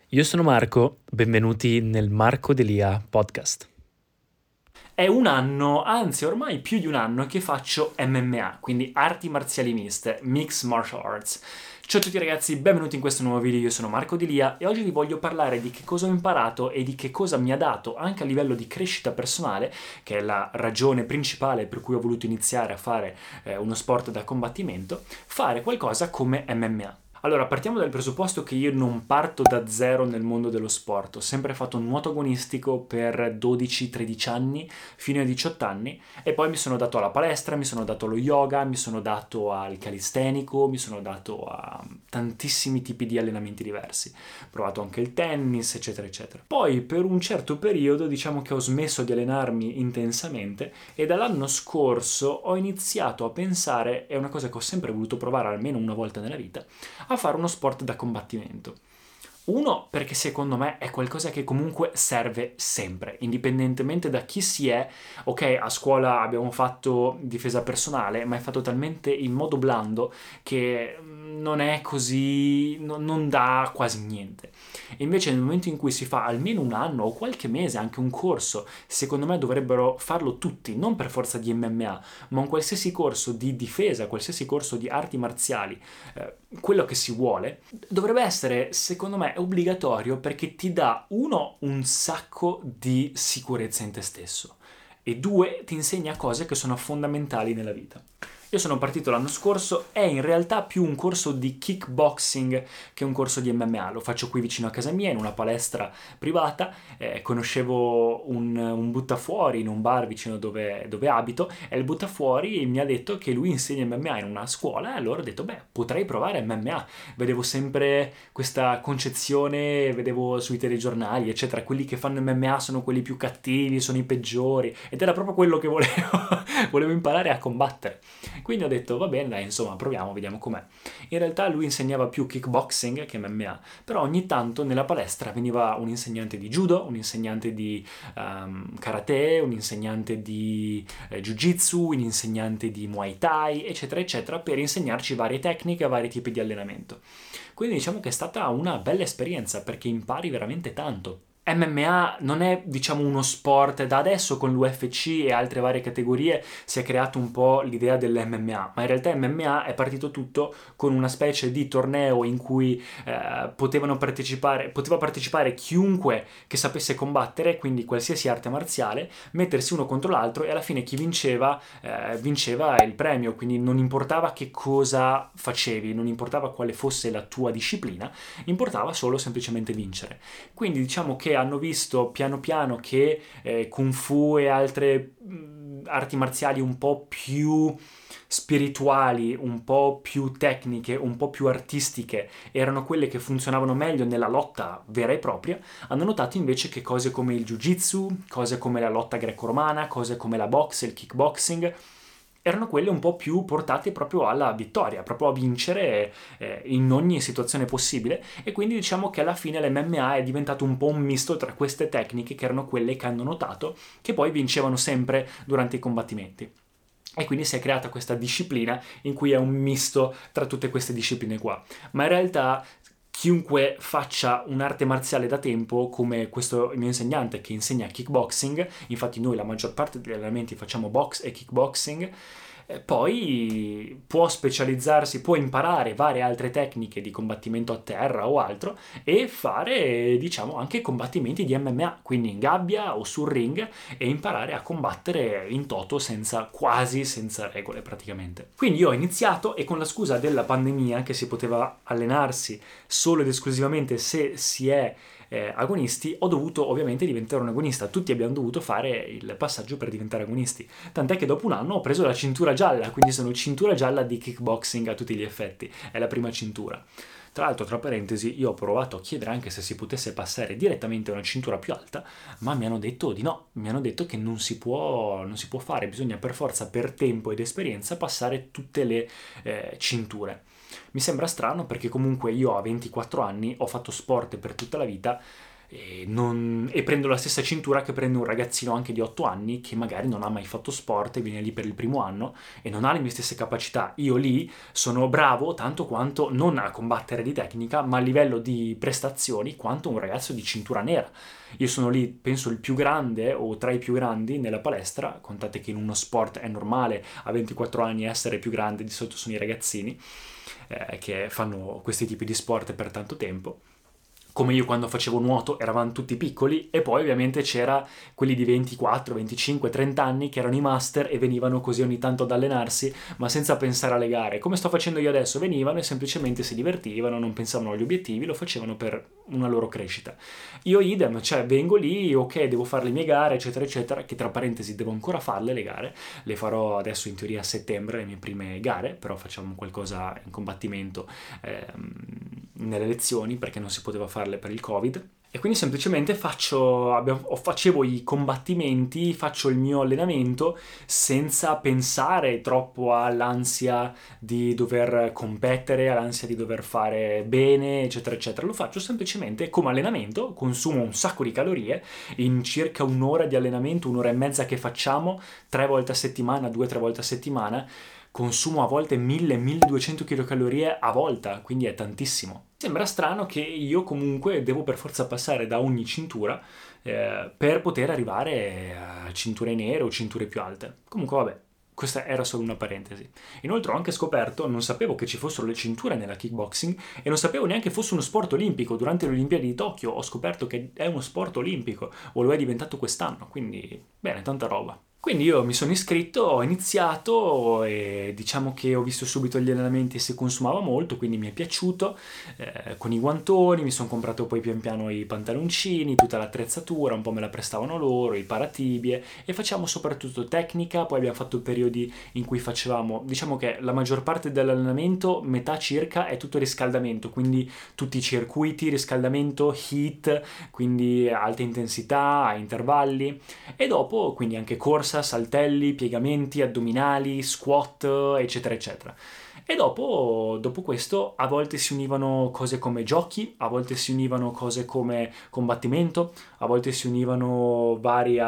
Io sono Marco, benvenuti nel Marco Delia podcast. È un anno, anzi ormai più di un anno che faccio MMA, quindi arti marziali miste, Mixed Martial Arts. Ciao a tutti ragazzi, benvenuti in questo nuovo video, io sono Marco Delia e oggi vi voglio parlare di che cosa ho imparato e di che cosa mi ha dato anche a livello di crescita personale, che è la ragione principale per cui ho voluto iniziare a fare uno sport da combattimento, fare qualcosa come MMA. Allora, partiamo dal presupposto che io non parto da zero nel mondo dello sport. Ho sempre fatto nuoto agonistico per 12-13 anni, fino ai 18 anni, e poi mi sono dato alla palestra, mi sono dato allo yoga, mi sono dato al calistenico, mi sono dato a tantissimi tipi di allenamenti diversi. Ho provato anche il tennis, eccetera, eccetera. Poi, per un certo periodo, diciamo che ho smesso di allenarmi intensamente e dall'anno scorso ho iniziato a pensare, è una cosa che ho sempre voluto provare almeno una volta nella vita, a fare uno sport da combattimento. Uno, perché secondo me è qualcosa che comunque serve sempre, indipendentemente da chi si è. Ok, a scuola abbiamo fatto difesa personale, ma è fatto talmente in modo blando che non è così, non dà quasi niente. E invece nel momento in cui si fa almeno un anno o qualche mese, anche un corso, secondo me dovrebbero farlo tutti, non per forza di MMA, ma un qualsiasi corso di difesa, qualsiasi corso di arti marziali, quello che si vuole, dovrebbe essere, secondo me, obbligatorio perché ti dà, uno, un sacco di sicurezza in te stesso e due, ti insegna cose che sono fondamentali nella vita. Io sono partito l'anno scorso, è in realtà più un corso di kickboxing che un corso di MMA. Lo faccio qui vicino a casa mia, in una palestra privata. Conoscevo un buttafuori in un bar vicino dove abito e il buttafuori mi ha detto che lui insegna MMA in una scuola e allora ho detto, beh, potrei provare MMA. Vedevo sempre questa concezione, vedevo sui telegiornali, eccetera, quelli che fanno MMA sono quelli più cattivi, sono i peggiori, ed era proprio quello che volevo, volevo imparare a combattere. Quindi ho detto, va bene, dai, insomma, proviamo, vediamo com'è. In realtà lui insegnava più kickboxing che MMA, però ogni tanto nella palestra veniva un insegnante di judo, un insegnante di karate, un insegnante di jiu-jitsu, un insegnante di muay thai, eccetera, eccetera, per insegnarci varie tecniche, vari tipi di allenamento. Quindi diciamo che è stata una bella esperienza perché impari veramente tanto. MMA non è, diciamo, uno sport da adesso con l'UFC e altre varie categorie si è creato un po' l'idea dell'MMA, ma in realtà MMA è partito tutto con una specie di torneo in cui poteva partecipare chiunque che sapesse combattere, quindi qualsiasi arte marziale, mettersi uno contro l'altro e alla fine chi vinceva il premio, quindi non importava che cosa facevi, non importava quale fosse la tua disciplina, importava solo semplicemente vincere. Quindi diciamo che hanno visto piano piano che Kung Fu e altre arti marziali un po' più spirituali, un po' più tecniche, un po' più artistiche, erano quelle che funzionavano meglio nella lotta vera e propria, hanno notato invece che cose come il jiu-jitsu, cose come la lotta greco-romana, cose come la box e il kickboxing erano quelle un po' più portate proprio alla vittoria, proprio a vincere in ogni situazione possibile, e quindi diciamo che alla fine l'MMA è diventato un po' un misto tra queste tecniche che erano quelle che hanno notato che poi vincevano sempre durante i combattimenti. E quindi si è creata questa disciplina in cui è un misto tra tutte queste discipline qua. Ma in realtà chiunque faccia un'arte marziale da tempo, come questo mio insegnante che insegna kickboxing, infatti noi la maggior parte degli allenamenti facciamo box e kickboxing, poi può specializzarsi, può imparare varie altre tecniche di combattimento a terra o altro e fare, diciamo, anche combattimenti di MMA, quindi in gabbia o sul ring, e imparare a combattere in toto quasi senza regole praticamente. Quindi io ho iniziato e con la scusa della pandemia che si poteva allenarsi solo ed esclusivamente se si è agonisti, ho dovuto ovviamente diventare un agonista. Tutti abbiamo dovuto fare il passaggio per diventare agonisti. Tant'è che dopo un anno ho preso la cintura gialla, quindi sono cintura gialla di kickboxing a tutti gli effetti. È la prima cintura. Tra l'altro, tra parentesi, io ho provato a chiedere anche se si potesse passare direttamente a una cintura più alta, ma mi hanno detto di no. Mi hanno detto che non si può fare, bisogna per forza, per tempo ed esperienza, passare tutte le cinture. Mi sembra strano perché comunque io a 24 anni ho fatto sport per tutta la vita, e prendo la stessa cintura che prende un ragazzino anche di 8 anni che magari non ha mai fatto sport e viene lì per il primo anno e non ha le mie stesse capacità. Io lì sono bravo tanto quanto, non a combattere di tecnica, ma a livello di prestazioni quanto un ragazzo di cintura nera. Io sono lì, penso, il più grande o tra i più grandi nella palestra. Contate che in uno sport è normale a 24 anni essere più grande, di solito sono i ragazzini che fanno questi tipi di sport per tanto tempo. Come io quando facevo nuoto eravamo tutti piccoli e poi ovviamente c'era quelli di 24, 25, 30 anni che erano i master e venivano così ogni tanto ad allenarsi, ma senza pensare alle gare. Come sto facendo io adesso, venivano e semplicemente si divertivano, non pensavano agli obiettivi, lo facevano per una loro crescita. Io idem, cioè vengo lì, ok, devo fare le mie gare, eccetera, eccetera, che tra parentesi devo ancora farle le gare, le farò adesso in teoria a settembre, le mie prime gare, però facciamo qualcosa in combattimento nelle lezioni perché non si poteva farle per il Covid. E quindi semplicemente facevo i combattimenti, faccio il mio allenamento senza pensare troppo all'ansia di dover competere, all'ansia di dover fare bene, eccetera, eccetera. Lo faccio semplicemente come allenamento, consumo un sacco di calorie, in circa un'ora di allenamento, un'ora e mezza che facciamo, 3 volte a settimana, 2-3 volte a settimana, consumo a volte 1000-1200 kcal a volta, quindi è tantissimo. Sembra strano che io comunque devo per forza passare da ogni cintura per poter arrivare a cinture nere o cinture più alte. Comunque vabbè, questa era solo una parentesi. Inoltre ho anche scoperto, non sapevo che ci fossero le cinture nella kickboxing e non sapevo neanche fosse uno sport olimpico. Durante le Olimpiadi di Tokyo ho scoperto che è uno sport olimpico, o lo è diventato quest'anno, quindi bene, tanta roba. Quindi io mi sono iscritto, ho iniziato e diciamo che ho visto subito gli allenamenti e si consumava molto, quindi mi è piaciuto, con i guantoni, mi sono comprato poi pian piano i pantaloncini, tutta l'attrezzatura, un po' me la prestavano loro, i paratibie e facciamo soprattutto tecnica, poi abbiamo fatto periodi in cui facevamo, diciamo che la maggior parte dell'allenamento, metà circa, è tutto riscaldamento, quindi tutti i circuiti, riscaldamento, heat, quindi alta intensità, a intervalli e dopo quindi anche corsa, saltelli, piegamenti, addominali, squat, eccetera, eccetera. E dopo questo a volte si univano cose come giochi, a volte si univano cose come combattimento, a volte si univano varie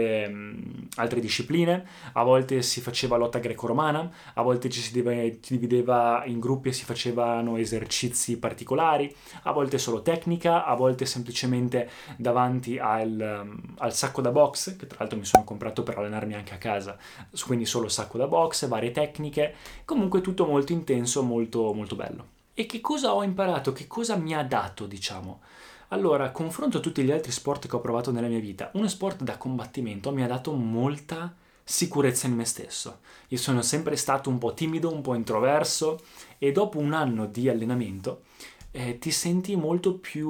altre discipline, a volte si faceva lotta greco-romana, a volte ci si divideva in gruppi e si facevano esercizi particolari, a volte solo tecnica, a volte semplicemente davanti al sacco da box, che tra l'altro mi sono comprato per allenarmi anche a casa, quindi solo sacco da box, varie tecniche, comunque tutto molto intenso, molto, molto bello. E che cosa ho imparato? Che cosa mi ha dato, diciamo? Allora, confronto tutti gli altri sport che ho provato nella mia vita, uno sport da combattimento mi ha dato molta sicurezza in me stesso. Io sono sempre stato un po' timido, un po' introverso e dopo un anno di allenamento ti senti molto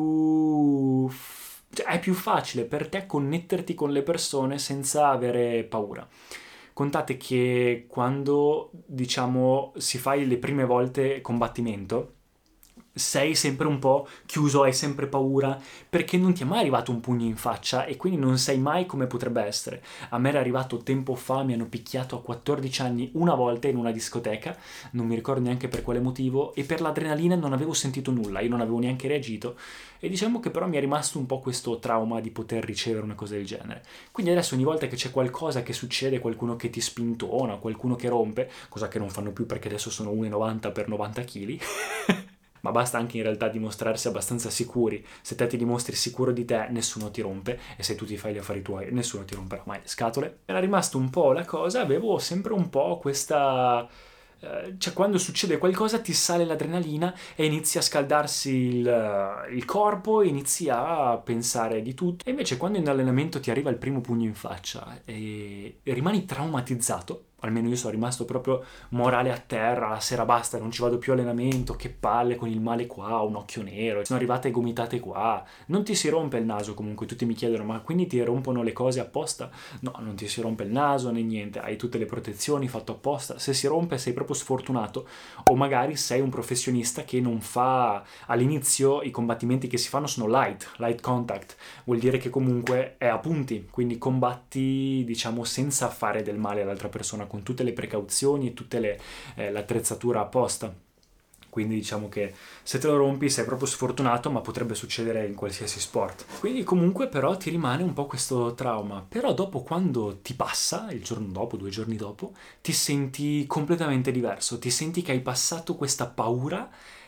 più... cioè, è più facile per te connetterti con le persone senza avere paura. Contate che quando, diciamo, si fa le prime volte combattimento, sei sempre un po' chiuso, hai sempre paura, perché non ti è mai arrivato un pugno in faccia e quindi non sai mai come potrebbe essere. A me era arrivato tempo fa, mi hanno picchiato a 14 anni una volta in una discoteca, non mi ricordo neanche per quale motivo, e per l'adrenalina non avevo sentito nulla, io non avevo neanche reagito, e diciamo che però mi è rimasto un po' questo trauma di poter ricevere una cosa del genere. Quindi adesso ogni volta che c'è qualcosa che succede, qualcuno che ti spintona, qualcuno che rompe, cosa che non fanno più perché adesso sono 1,90 per 90 kg, ma basta anche in realtà dimostrarsi abbastanza sicuri. Se te ti dimostri sicuro di te, nessuno ti rompe, e se tu ti fai gli affari tuoi, nessuno ti romperà mai le scatole. Era rimasto un po' la cosa, avevo sempre un po' questa... cioè quando succede qualcosa ti sale l'adrenalina e inizi a scaldarsi il corpo, inizi a pensare di tutto. E invece quando in allenamento ti arriva il primo pugno in faccia e rimani traumatizzato, almeno io sono rimasto proprio morale a terra, la sera basta, non ci vado più a allenamento, che palle con il male qua, un occhio nero, sono arrivate gomitate qua, non ti si rompe il naso comunque, tutti mi chiedono ma quindi ti rompono le cose apposta? No, non ti si rompe il naso né niente, hai tutte le protezioni fatto apposta, se si rompe sei proprio sfortunato o magari sei un professionista che non fa all'inizio i combattimenti che si fanno sono light contact, vuol dire che comunque è a punti, quindi combatti diciamo senza fare del male all'altra persona, con tutte le precauzioni e tutte l'attrezzatura apposta. Quindi diciamo che se te lo rompi sei proprio sfortunato, ma potrebbe succedere in qualsiasi sport. Quindi comunque però ti rimane un po' questo trauma. Però dopo, quando ti passa, il giorno dopo, 2 giorni dopo, ti senti completamente diverso. Ti senti che hai passato questa paura.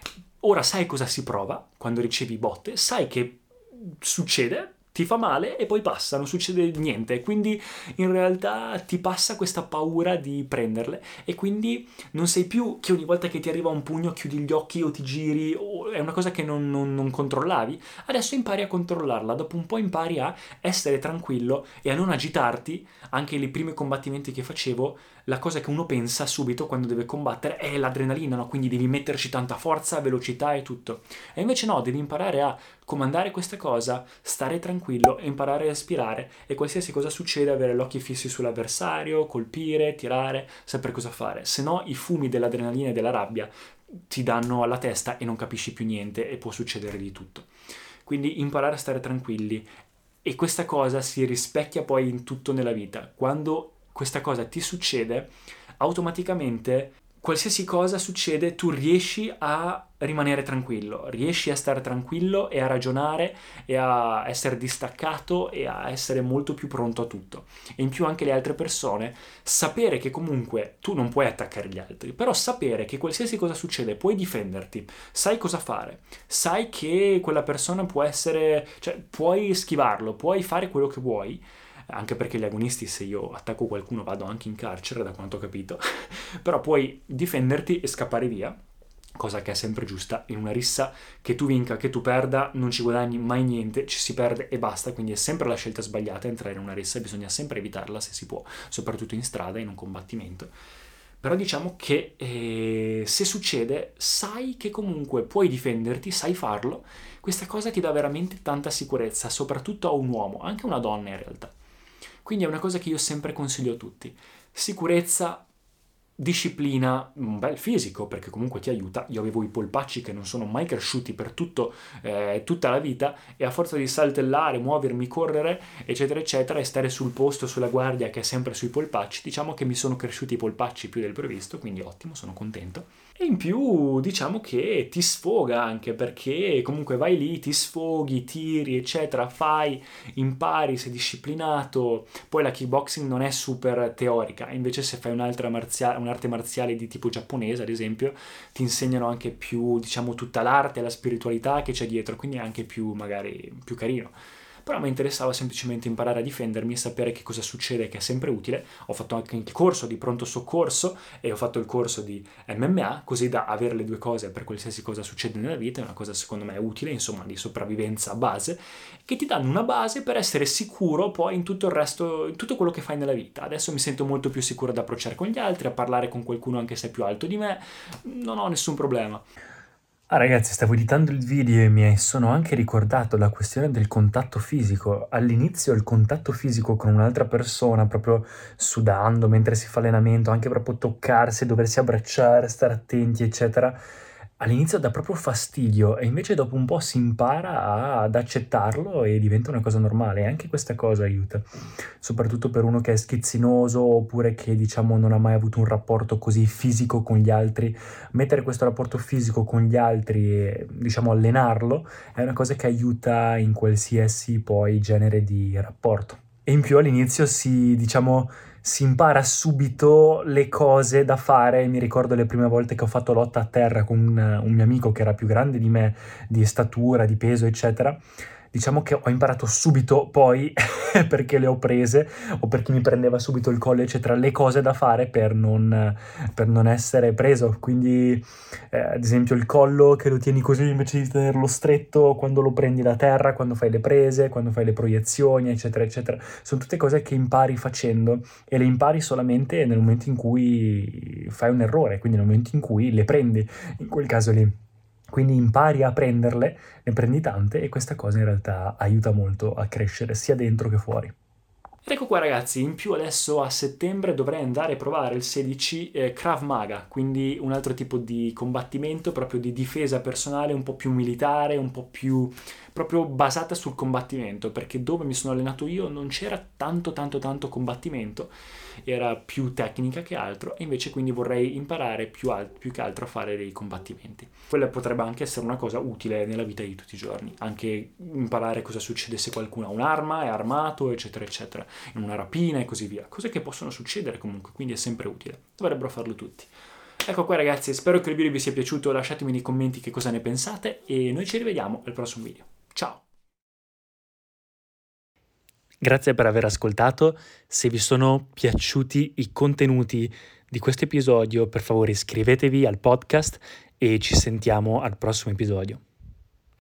Ora sai cosa si prova quando ricevi botte, sai che succede, ti fa male e poi passa, non succede niente. Quindi in realtà ti passa questa paura di prenderle e quindi non sei più che ogni volta che ti arriva un pugno chiudi gli occhi o ti giri, o è una cosa che non controllavi. Adesso impari a controllarla, dopo un po' impari a essere tranquillo e a non agitarti. Anche nei primi combattimenti che facevo, la cosa che uno pensa subito quando deve combattere è l'adrenalina, no? Quindi devi metterci tanta forza, velocità e tutto. E invece no, devi imparare a comandare questa cosa, stare tranquillo e imparare a respirare, e qualsiasi cosa succede avere gli occhi fissi sull'avversario, colpire, tirare, sapere cosa fare. Se no i fumi dell'adrenalina e della rabbia ti danno alla testa e non capisci più niente e può succedere di tutto. Quindi imparare a stare tranquilli, e questa cosa si rispecchia poi in tutto nella vita. Quando questa cosa ti succede, automaticamente qualsiasi cosa succede, tu riesci a rimanere tranquillo, riesci a stare tranquillo e a ragionare e a essere distaccato e a essere molto più pronto a tutto. E in più anche le altre persone, sapere che comunque tu non puoi attaccare gli altri, però sapere che qualsiasi cosa succede puoi difenderti, sai cosa fare, sai che quella persona può essere, cioè puoi schivarlo, puoi fare quello che vuoi. Anche perché gli agonisti, se io attacco qualcuno, vado anche in carcere, da quanto ho capito. Però puoi difenderti e scappare via, cosa che è sempre giusta in una rissa. Che tu vinca, che tu perda, non ci guadagni mai niente, ci si perde e basta. Quindi è sempre la scelta sbagliata entrare in una rissa, e bisogna sempre evitarla se si può, soprattutto in strada, in un combattimento. Però diciamo che se succede, sai che comunque puoi difenderti, sai farlo. Questa cosa ti dà veramente tanta sicurezza, soprattutto a un uomo, anche a una donna in realtà. Quindi è una cosa che io sempre consiglio a tutti. Sicurezza, disciplina, un bel fisico, perché comunque ti aiuta. Io avevo i polpacci che non sono mai cresciuti per tutta la vita, e a forza di saltellare, muovermi, correre, eccetera, eccetera, e stare sul posto, sulla guardia che è sempre sui polpacci, diciamo che mi sono cresciuti i polpacci più del previsto, quindi ottimo, sono contento. E in più diciamo che ti sfoga anche, perché comunque vai lì, ti sfoghi, tiri, eccetera, fai, impari, sei disciplinato. Poi la kickboxing non è super teorica, invece se fai un'arte marziale di tipo giapponese, ad esempio, ti insegnano anche più, diciamo, tutta l'arte e la spiritualità che c'è dietro, quindi è anche più, magari, più carino. Però mi interessava semplicemente imparare a difendermi e sapere che cosa succede, che è sempre utile. Ho fatto anche il corso di pronto soccorso e ho fatto il corso di MMA, così da avere le due cose per qualsiasi cosa succede nella vita. È una cosa secondo me utile, insomma, di sopravvivenza a base, che ti danno una base per essere sicuro poi in tutto il resto, in tutto quello che fai nella vita. Adesso mi sento molto più sicuro ad approcciare con gli altri, a parlare con qualcuno anche se è più alto di me, non ho nessun problema. Ah ragazzi, stavo editando il video e mi sono anche ricordato la questione del contatto fisico. All'inizio il contatto fisico con un'altra persona, proprio sudando mentre si fa allenamento, anche proprio toccarsi, doversi abbracciare, stare attenti, eccetera. All'inizio dà proprio fastidio, e invece dopo un po' si impara ad accettarlo e diventa una cosa normale, e anche questa cosa aiuta, soprattutto per uno che è schizzinoso oppure che diciamo non ha mai avuto un rapporto così fisico con gli altri. Mettere questo rapporto fisico con gli altri e diciamo allenarlo è una cosa che aiuta in qualsiasi poi genere di rapporto. E in più all'inizio si impara subito le cose da fare. Mi ricordo le prime volte che ho fatto lotta a terra con un mio amico che era più grande di me, di statura, di peso, eccetera. Diciamo che ho imparato subito poi, perché le ho prese, o perché mi prendeva subito il collo, eccetera, le cose da fare per non essere preso. Quindi, ad esempio, il collo che lo tieni così invece di tenerlo stretto, quando lo prendi da terra, quando fai le prese, quando fai le proiezioni, eccetera, eccetera. Sono tutte cose che impari facendo, e le impari solamente nel momento in cui fai un errore, quindi nel momento in cui le prendi, in quel caso lì. Quindi impari a prenderle, ne prendi tante, e questa cosa in realtà aiuta molto a crescere sia dentro che fuori. Ed ecco qua ragazzi, in più adesso a settembre dovrei andare a provare il 16 Krav Maga, quindi un altro tipo di combattimento, proprio di difesa personale, un po' più militare, un po' più proprio basata sul combattimento, perché dove mi sono allenato io non c'era tanto combattimento, era più tecnica che altro, e invece quindi vorrei imparare più che altro a fare dei combattimenti. Quella potrebbe anche essere una cosa utile nella vita di tutti i giorni, anche imparare cosa succede se qualcuno ha un'arma, è armato, eccetera, eccetera, in una rapina e così via. Cose che possono succedere comunque, quindi è sempre utile. Dovrebbero farlo tutti. Ecco qua ragazzi, spero che il video vi sia piaciuto, lasciatemi nei commenti che cosa ne pensate e noi ci rivediamo al prossimo video. Ciao! Grazie per aver ascoltato. Se vi sono piaciuti i contenuti di questo episodio, per favore iscrivetevi al podcast e ci sentiamo al prossimo episodio.